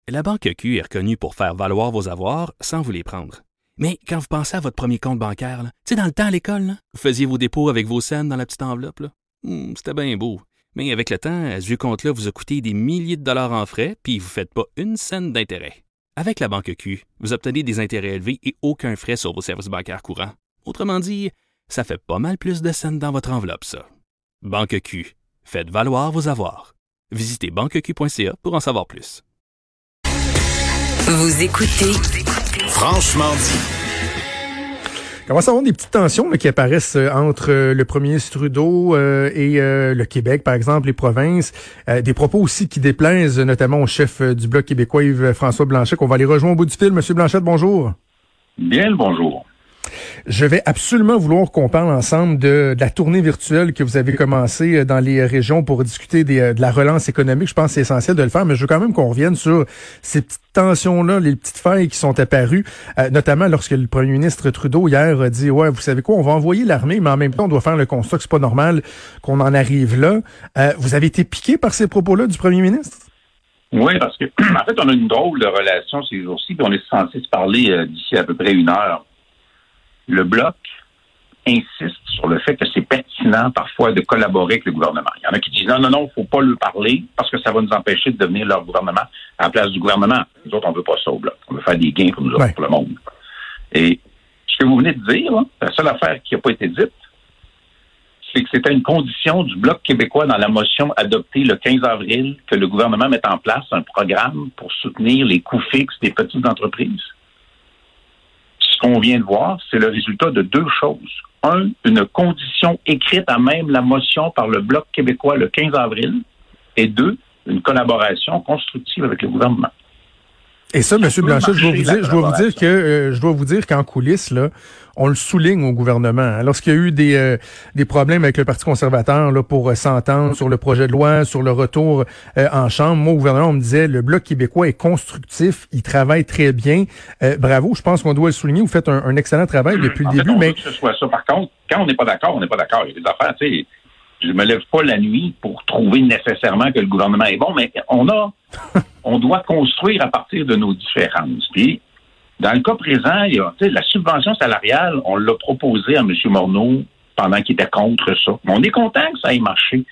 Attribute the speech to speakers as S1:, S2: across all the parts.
S1: La Banque Q est reconnue pour faire valoir vos avoirs sans vous les prendre. Mais quand vous pensez à votre premier compte bancaire, tu sais, dans le temps à l'école, là, vous faisiez vos dépôts avec vos scènes dans la petite enveloppe. Là. C'était bien beau. Mais avec le temps, ce vieux compte-là vous a coûté des milliers de dollars en frais, puis vous ne faites pas une scène d'intérêt. Avec la Banque Q, vous obtenez des intérêts élevés et aucun frais sur vos services bancaires courants. Autrement dit, ça fait pas mal plus de scènes dans votre enveloppe, ça. Banque Q. Faites valoir vos avoirs. Visitez banqueq.ca pour en savoir plus.
S2: Vous écoutez
S3: Franchement dit.
S4: Commence à avoir des petites tensions là, qui apparaissent entre le premier ministre Trudeau et le Québec, par exemple, les provinces. Des propos aussi qui déplaisent notamment au chef du Bloc québécois, Yves-François Blanchet, qu'on va aller rejoindre au bout du fil. Monsieur Blanchet, bonjour.
S5: Bien le bonjour.
S4: Je vais absolument vouloir qu'on parle ensemble de la tournée virtuelle que vous avez commencée dans les régions pour discuter de la relance économique. Je pense que c'est essentiel de le faire, mais je veux quand même qu'on revienne sur ces petites tensions-là, les petites failles qui sont apparues, notamment lorsque le premier ministre Trudeau hier a dit « Ouais, vous savez quoi, on va envoyer l'armée, mais en même temps, on doit faire le constat que c'est pas normal qu'on en arrive là. » Vous avez été piqué par ces propos-là du premier ministre?
S5: Oui, parce que en fait, on a une drôle de relation ces jours-ci, puis on est censé se parler d'ici à peu près 1 heure. Le Bloc insiste sur le fait que c'est pertinent parfois de collaborer avec le gouvernement. Il y en a qui disent non, il ne faut pas lui parler parce que ça va nous empêcher de devenir leur gouvernement à la place du gouvernement. Nous autres, on ne veut pas ça au Bloc. On veut faire des gains pour nous autres, pour le monde. Et ce que vous venez de dire, là, la seule affaire qui n'a pas été dite, c'est que c'était une condition du Bloc québécois dans la motion adoptée le 15 avril que le gouvernement mette en place un programme pour soutenir les coûts fixes des petites entreprises. Ce qu'on vient de voir, c'est le résultat de 2 choses. 1, une condition écrite à même la motion par le Bloc québécois le 15 avril. Et 2, une collaboration constructive avec le gouvernement.
S4: Et ça, M. Blanchet, je dois vous dire qu'en coulisses, là, on le souligne au gouvernement. Hein. Lorsqu'il y a eu des problèmes avec le Parti conservateur là, pour s'entendre sur le projet de loi, sur le retour en Chambre, moi, au gouvernement, on me disait le Bloc québécois est constructif, il travaille très bien. Bravo, je pense qu'on doit le souligner. Vous faites un excellent travail depuis le début.
S5: On
S4: mais
S5: veut que ce soit ça. Par contre, quand on n'est pas d'accord, on n'est pas d'accord. Il y a des affaires, tu sais. Je me lève pas la nuit pour trouver nécessairement que le gouvernement est bon, mais on doit construire à partir de nos différences. Puis, dans le cas présent, il y a, la subvention salariale, on l'a proposé à M. Morneau pendant qu'il était contre ça. Mais on est content que ça ait marché.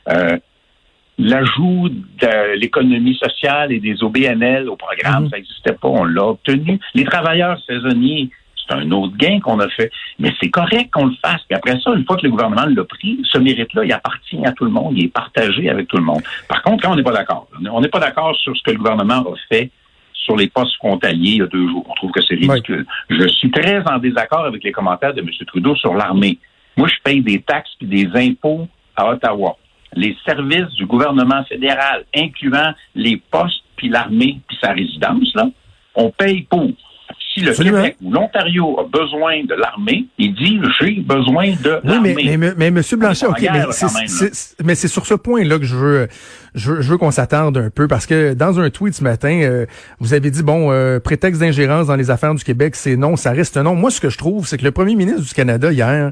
S5: L'ajout de l'économie sociale et des OBNL au programme, ça n'existait pas, on l'a obtenu. Les travailleurs saisonniers, c'est un autre gain qu'on a fait. Mais c'est correct qu'on le fasse. Puis après ça, une fois que le gouvernement l'a pris, ce mérite-là, il appartient à tout le monde. Il est partagé avec tout le monde. Par contre, quand on n'est pas d'accord, on n'est pas d'accord sur ce que le gouvernement a fait sur les postes frontaliers il y a 2 jours. On trouve que c'est ridicule. Oui. Je suis très en désaccord avec les commentaires de M. Trudeau sur l'armée. Moi, je paye des taxes et des impôts à Ottawa. Les services du gouvernement fédéral, incluant les postes puis l'armée puis sa résidence, là, on paye pour. Si le Québec ou l'Ontario a besoin de l'armée, il dit « j'ai besoin de l'armée ».
S4: Mais M. Blanchet, OK, mais c'est sur ce point-là que je veux qu'on s'attarde un peu, parce que dans un tweet ce matin, vous avez dit, prétexte d'ingérence dans les affaires du Québec, c'est non, ça reste non. Moi, ce que je trouve, c'est que le premier ministre du Canada, hier,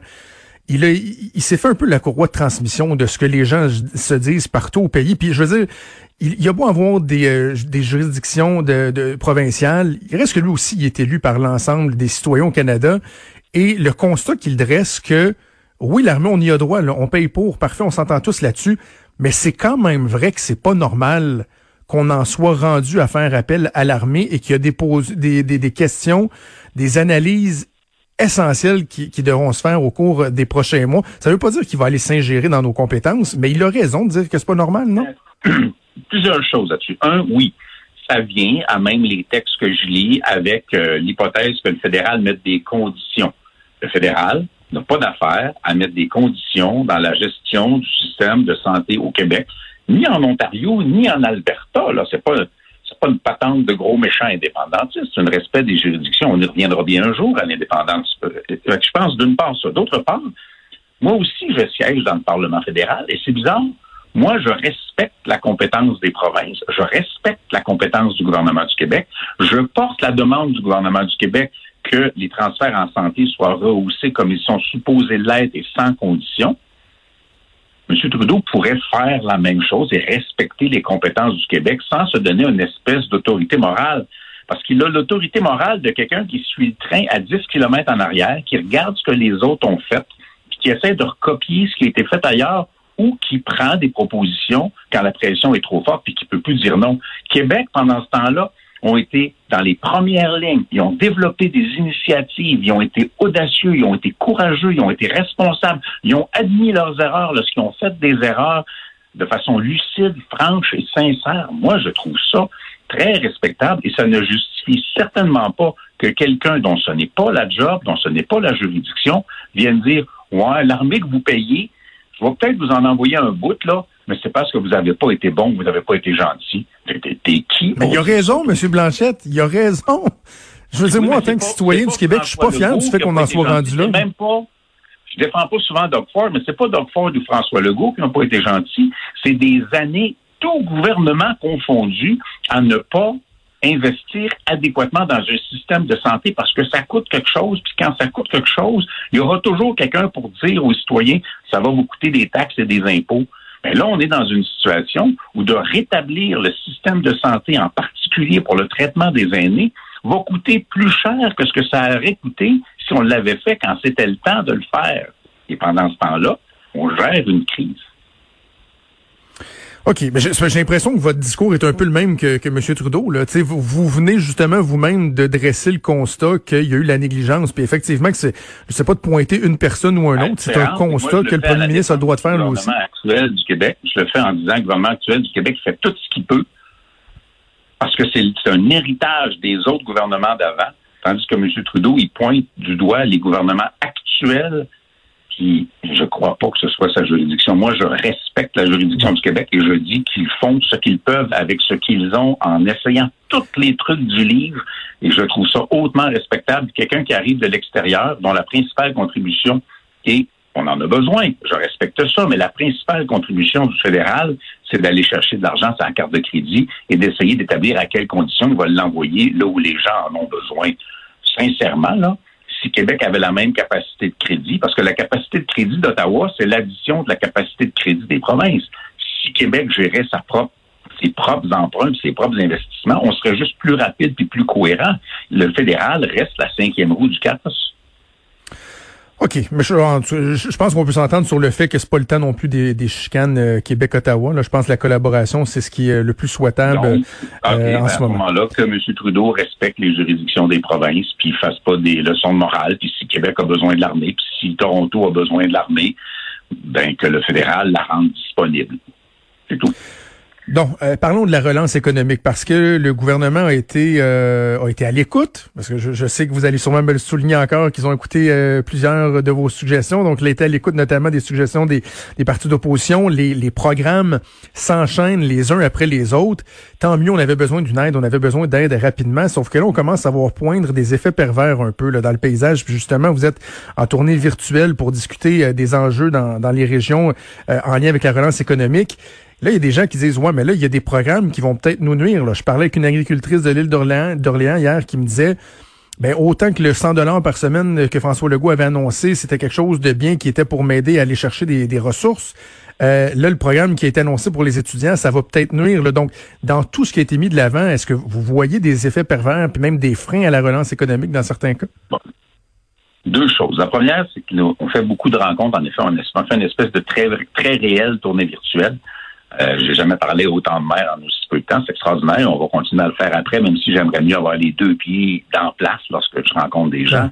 S4: il s'est fait un peu la courroie de transmission de ce que les gens se disent partout au pays. Puis je veux dire, il y a beau avoir des juridictions de provinciales, il reste que lui aussi il est élu par l'ensemble des citoyens au Canada. Et le constat qu'il dresse que, oui, l'armée, on y a droit, là, on paye pour, parfait, on s'entend tous là-dessus, mais c'est quand même vrai que c'est pas normal qu'on en soit rendu à faire appel à l'armée et qu'il y a des questions, des analyses essentielles qui devront se faire au cours des prochains mois. Ça veut pas dire qu'il va aller s'ingérer dans nos compétences, mais il a raison de dire que c'est pas normal, non?
S5: Plusieurs choses là-dessus. 1, oui, ça vient à même les textes que je lis avec l'hypothèse que le fédéral mette des conditions. Le fédéral n'a pas d'affaire à mettre des conditions dans la gestion du système de santé au Québec, ni en Ontario, ni en Alberta. Là, c'est pas une patente de gros méchants indépendantistes, c'est un respect des juridictions. On y reviendra bien un jour à l'indépendance. Je pense d'une part ça. D'autre part, moi aussi, je siège dans le Parlement fédéral et c'est bizarre. Moi, je respecte la compétence des provinces, je respecte la compétence du gouvernement du Québec, je porte la demande du gouvernement du Québec que les transferts en santé soient rehaussés comme ils sont supposés l'être et sans condition. M. Trudeau pourrait faire la même chose et respecter les compétences du Québec sans se donner une espèce d'autorité morale. Parce qu'il a l'autorité morale de quelqu'un qui suit le train à 10 km en arrière, qui regarde ce que les autres ont fait, puis qui essaie de recopier ce qui a été fait ailleurs ou qui prend des propositions quand la pression est trop forte puis qui peut plus dire non. Québec, pendant ce temps-là, ont été dans les premières lignes. Ils ont développé des initiatives, ils ont été audacieux, ils ont été courageux, ils ont été responsables, ils ont admis leurs erreurs lorsqu'ils ont fait des erreurs de façon lucide, franche et sincère. Moi, je trouve ça très respectable et ça ne justifie certainement pas que quelqu'un dont ce n'est pas la job, dont ce n'est pas la juridiction, vienne dire « Ouais, l'armée que vous payez, je vais peut-être vous en envoyer un bout, là, mais c'est parce que vous n'avez pas été bon, vous n'avez pas été gentil. » T'es qui?
S4: Mais il a raison, M. Blanchette, il a raison. Je veux dire, moi, en tant que citoyen du Québec, je suis pas fier du fait qu'on en soit rendu là.
S5: Je défends pas souvent Doug Ford, mais c'est pas Doug Ford ou François Legault qui n'ont pas été gentils. C'est des années, tout gouvernement confondu, à ne pas investir adéquatement dans un système de santé parce que ça coûte quelque chose. Puis quand ça coûte quelque chose, il y aura toujours quelqu'un pour dire aux citoyens, ça va vous coûter des taxes et des impôts. Mais là, on est dans une situation où de rétablir le système de santé, en particulier pour le traitement des aînés, va coûter plus cher que ce que ça aurait coûté si on l'avait fait quand c'était le temps de le faire. Et pendant ce temps-là, on gère une crise.
S4: OK, mais j'ai l'impression que votre discours est un peu le même que M. Trudeau. Là. Vous venez justement vous-même de dresser le constat qu'il y a eu la négligence, puis effectivement que c'est pas de pointer une personne ou un autre, c'est un constat que le premier ministre a le droit de faire lui aussi.
S5: Le gouvernement actuel du Québec, je le fais en disant que le gouvernement actuel du Québec fait tout ce qu'il peut, parce que c'est un héritage des autres gouvernements d'avant, tandis que M. Trudeau, il pointe du doigt les gouvernements actuels qui, je crois pas que ce soit sa juridiction. Moi, je respecte la juridiction du Québec et je dis qu'ils font ce qu'ils peuvent avec ce qu'ils ont en essayant tous les trucs du livre et je trouve ça hautement respectable. Quelqu'un qui arrive de l'extérieur, dont la principale contribution est, on en a besoin, je respecte ça, mais la principale contribution du fédéral, c'est d'aller chercher de l'argent sur la carte de crédit et d'essayer d'établir à quelles conditions il va l'envoyer là où les gens en ont besoin. Sincèrement, là, si Québec avait la même capacité de crédit, parce que la capacité de crédit d'Ottawa, c'est l'addition de la capacité de crédit des provinces. Si Québec gérait ses propres emprunts, ses propres investissements, on serait juste plus rapide puis plus cohérent. Le fédéral reste la 5e roue du carrosse.
S4: OK, mais je pense qu'on peut s'entendre sur le fait que c'est pas le temps non plus des chicanes Québec-Ottawa. Là, je pense que la collaboration, c'est ce qui est le plus souhaitable en ce moment.
S5: Là que M. Trudeau respecte les juridictions des provinces, puis il fasse pas des leçons de morale, puis si Québec a besoin de l'armée, puis si Toronto a besoin de l'armée, ben que le fédéral la rende disponible. C'est tout.
S4: Donc, parlons de la relance économique, parce que le gouvernement a été à l'écoute, parce que je sais que vous allez sûrement me le souligner encore, qu'ils ont écouté plusieurs de vos suggestions, donc il a été à l'écoute notamment des suggestions des partis d'opposition. Les programmes s'enchaînent les uns après les autres. Tant mieux, on avait besoin d'une aide, on avait besoin d'aide rapidement, sauf que là, on commence à voir poindre des effets pervers un peu là, dans le paysage. Puis justement, vous êtes en tournée virtuelle pour discuter des enjeux dans les régions en lien avec la relance économique. Là, il y a des gens qui disent, ouais, mais là, il y a des programmes qui vont peut-être nous nuire. Là. Je parlais avec une agricultrice de l'île d'Orléans hier qui me disait, ben autant que le 100 $ par semaine que François Legault avait annoncé, c'était quelque chose de bien qui était pour m'aider à aller chercher des ressources. Là, le programme qui a été annoncé pour les étudiants, ça va peut-être nuire. Là. Donc, dans tout ce qui a été mis de l'avant, est-ce que vous voyez des effets pervers puis même des freins à la relance économique dans certains cas?
S5: Bon. Deux choses. La première, c'est qu'on fait beaucoup de rencontres. En effet, on fait une espèce de très, très réelle tournée virtuelle. J'ai jamais parlé autant de maires en aussi peu de temps. C'est extraordinaire. On va continuer à le faire après, même si j'aimerais mieux avoir les deux pieds dans place lorsque je rencontre des gens.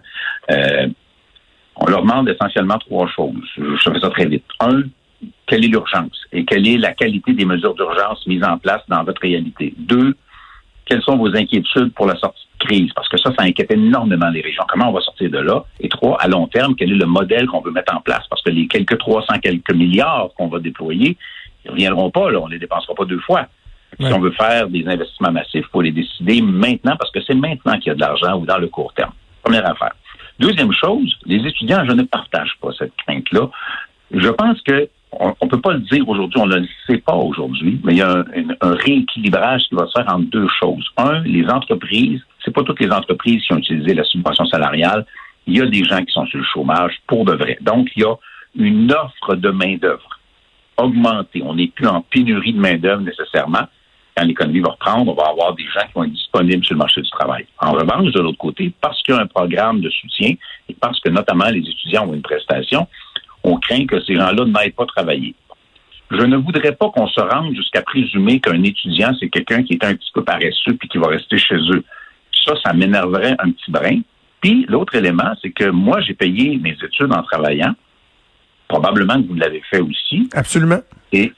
S5: On leur demande essentiellement trois choses. Je fais ça très vite. Un, quelle est l'urgence et quelle est la qualité des mesures d'urgence mises en place dans votre réalité? Deux, quelles sont vos inquiétudes pour la sortie de crise? Parce que ça inquiète énormément les régions. Comment on va sortir de là? Et trois, à long terme, quel est le modèle qu'on veut mettre en place? Parce que les quelques 300 milliards qu'on va déployer, ils ne reviendront pas, là. On ne les dépensera pas deux fois. Ouais. Si on veut faire des investissements massifs, il faut les décider maintenant parce que c'est maintenant qu'il y a de l'argent ou dans le court terme. Première affaire. Deuxième chose, les étudiants, je ne partage pas cette crainte-là. Je pense que on peut pas le dire aujourd'hui, on ne le sait pas aujourd'hui, mais il y a un rééquilibrage qui va se faire entre deux choses. Un, les entreprises, c'est pas toutes les entreprises qui ont utilisé la subvention salariale. Il y a des gens qui sont sur le chômage pour de vrai. Donc, il y a une offre de main-d'œuvre. augmenter. On n'est plus en pénurie de main-d'œuvre nécessairement. Quand l'économie va reprendre, on va avoir des gens qui vont être disponibles sur le marché du travail. En revanche, de l'autre côté, parce qu'il y a un programme de soutien et parce que notamment les étudiants ont une prestation, on craint que ces gens-là n'aillent pas travailler. Je ne voudrais pas qu'on se rende jusqu'à présumer qu'un étudiant, c'est quelqu'un qui est un petit peu paresseux puis qui va rester chez eux. Ça m'énerverait un petit brin. Puis, l'autre élément, c'est que moi, j'ai payé mes études en travaillant. Probablement que vous l'avez fait aussi.
S4: Absolument.
S5: Et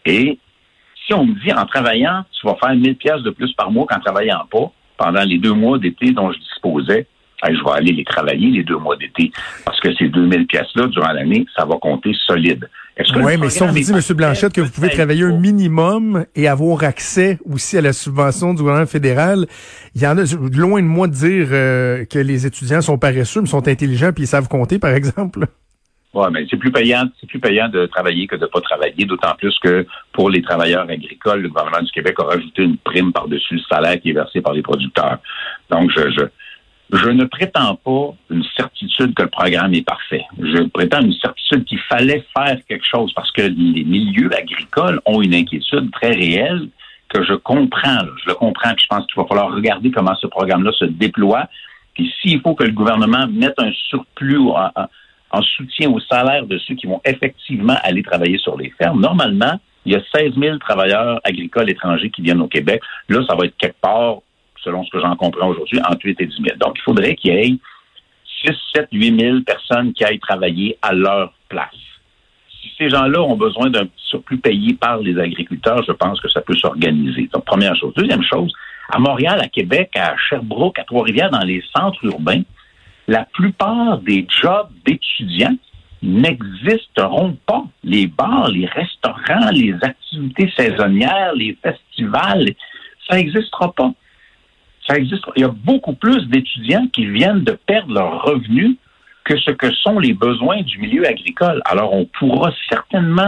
S5: si on me dit, en travaillant, tu vas faire 1000 pièces de plus par mois qu'en travaillant pas, pendant les 2 mois d'été dont je disposais, je vais aller les travailler les 2 mois d'été. Parce que ces 2000 pièces-là, durant l'année, ça va compter solide.
S4: Oui, mais si on vous dit, M. Blanchette, que vous pouvez travailler un minimum et avoir accès aussi à la subvention du gouvernement fédéral, il y en a, loin de moi de dire que les étudiants sont paresseux, mais sont intelligents puis ils savent compter, par exemple.
S5: Oui, mais c'est plus payant de travailler que de pas travailler, d'autant plus que pour les travailleurs agricoles, le gouvernement du Québec a rajouté une prime par-dessus le salaire qui est versé par les producteurs. Donc, je ne prétends pas une certitude que le programme est parfait. Je prétends une certitude qu'il fallait faire quelque chose parce que les milieux agricoles ont une inquiétude très réelle que je comprends. Je le comprends, puis je pense qu'il va falloir regarder comment ce programme-là se déploie. Puis s'il faut que le gouvernement mette un surplus en soutien au salaire de ceux qui vont effectivement aller travailler sur les fermes, normalement, il y a 16 000 travailleurs agricoles étrangers qui viennent au Québec. Là, ça va être quelque part, selon ce que j'en comprends aujourd'hui, entre 8 et 10 000. Donc, il faudrait qu'il y ait 6, 7, 8 000 personnes qui aillent travailler à leur place. Si ces gens-là ont besoin d'un petit surplus payé par les agriculteurs, je pense que ça peut s'organiser. Donc, première chose. Deuxième chose, à Montréal, à Québec, à Sherbrooke, à Trois-Rivières, dans les centres urbains, la plupart des jobs d'étudiants n'existeront pas. Les bars, les restaurants, les activités saisonnières, les festivals, ça n'existera pas. Ça existe. Il y a beaucoup plus d'étudiants qui viennent de perdre leurs revenus que ce que sont les besoins du milieu agricole. Alors, on pourra certainement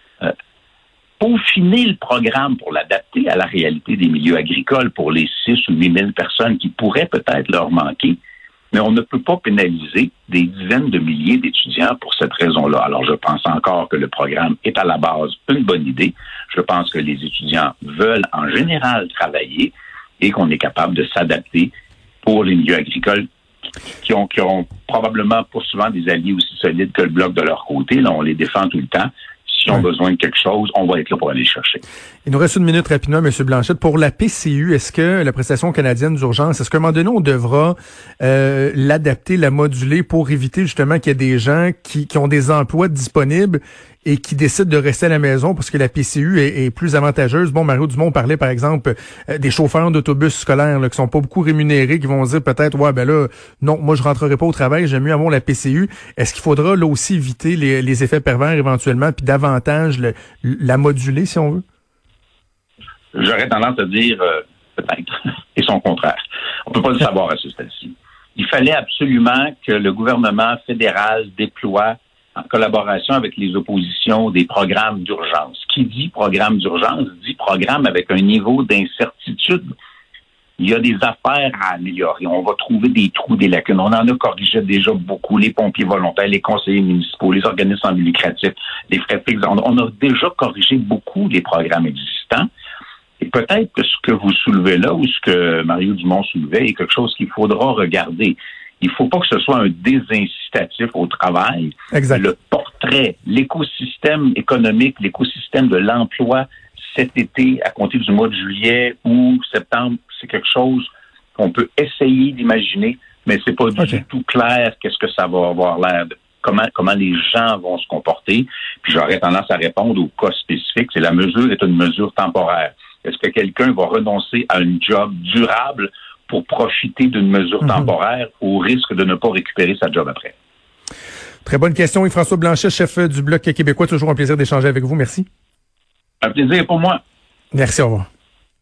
S5: peaufiner le programme pour l'adapter à la réalité des milieux agricoles pour les 6 ou 8 000 personnes qui pourraient peut-être leur manquer. Mais on ne peut pas pénaliser des dizaines de milliers d'étudiants pour cette raison-là. Alors, je pense encore que le programme est à la base une bonne idée. Je pense que les étudiants veulent en général travailler et qu'on est capable de s'adapter pour les milieux agricoles qui ont probablement pour souvent des alliés aussi solides que le Bloc de leur côté. Là, on les défend tout le temps. Si on a besoin de quelque chose, on va être là pour aller le chercher.
S4: Il nous reste une minute rapidement, M. Blanchette. Pour la PCU, est-ce que la prestation canadienne d'urgence, est-ce qu'à un moment donné, on devra l'adapter, la moduler pour éviter justement qu'il y ait des gens qui ont des emplois disponibles et qui décident de rester à la maison parce que la PCU est plus avantageuse? Bon, Mario Dumont parlait, par exemple, des chauffeurs d'autobus scolaires là, qui sont pas beaucoup rémunérés, qui vont dire peut-être, ouais, ben là, non, moi, je rentrerai pas au travail, j'aime mieux avoir la PCU. Est-ce qu'il faudra là aussi éviter les effets pervers éventuellement, puis davantage la moduler, si on veut?
S5: J'aurais tendance à dire peut-être, et son contraire. On peut pas le savoir à ce stade-ci. Il fallait absolument que le gouvernement fédéral déploie en collaboration avec les oppositions des programmes d'urgence. Qui dit programme d'urgence dit programme avec un niveau d'incertitude. Il y a des affaires à améliorer. On va trouver des trous, des lacunes. On en a corrigé déjà beaucoup. Les pompiers volontaires, les conseillers municipaux, les organismes sans but lucratif, les frais fixes. On a déjà corrigé beaucoup les programmes existants. Et peut-être que ce que vous soulevez là, ou ce que Mario Dumont soulevait, est quelque chose qu'il faudra regarder. Il ne faut pas que ce soit un désincitatif au travail.
S4: Exact.
S5: Le portrait, l'écosystème économique, l'écosystème de l'emploi cet été, à compter du mois de juillet ou septembre, c'est quelque chose qu'on peut essayer d'imaginer, mais c'est pas du tout clair qu'est-ce que ça va avoir l'air de. Comment les gens vont se comporter. Puis j'aurais tendance à répondre au cas spécifique. La mesure est une mesure temporaire. Est-ce que quelqu'un va renoncer à un job durable pour profiter d'une mesure temporaire au risque de ne pas récupérer sa job après?
S4: Très bonne question. Yves-François Blanchet, chef du Bloc québécois. Toujours un plaisir d'échanger avec vous. Merci.
S5: Un plaisir pour moi.
S4: Merci, au revoir.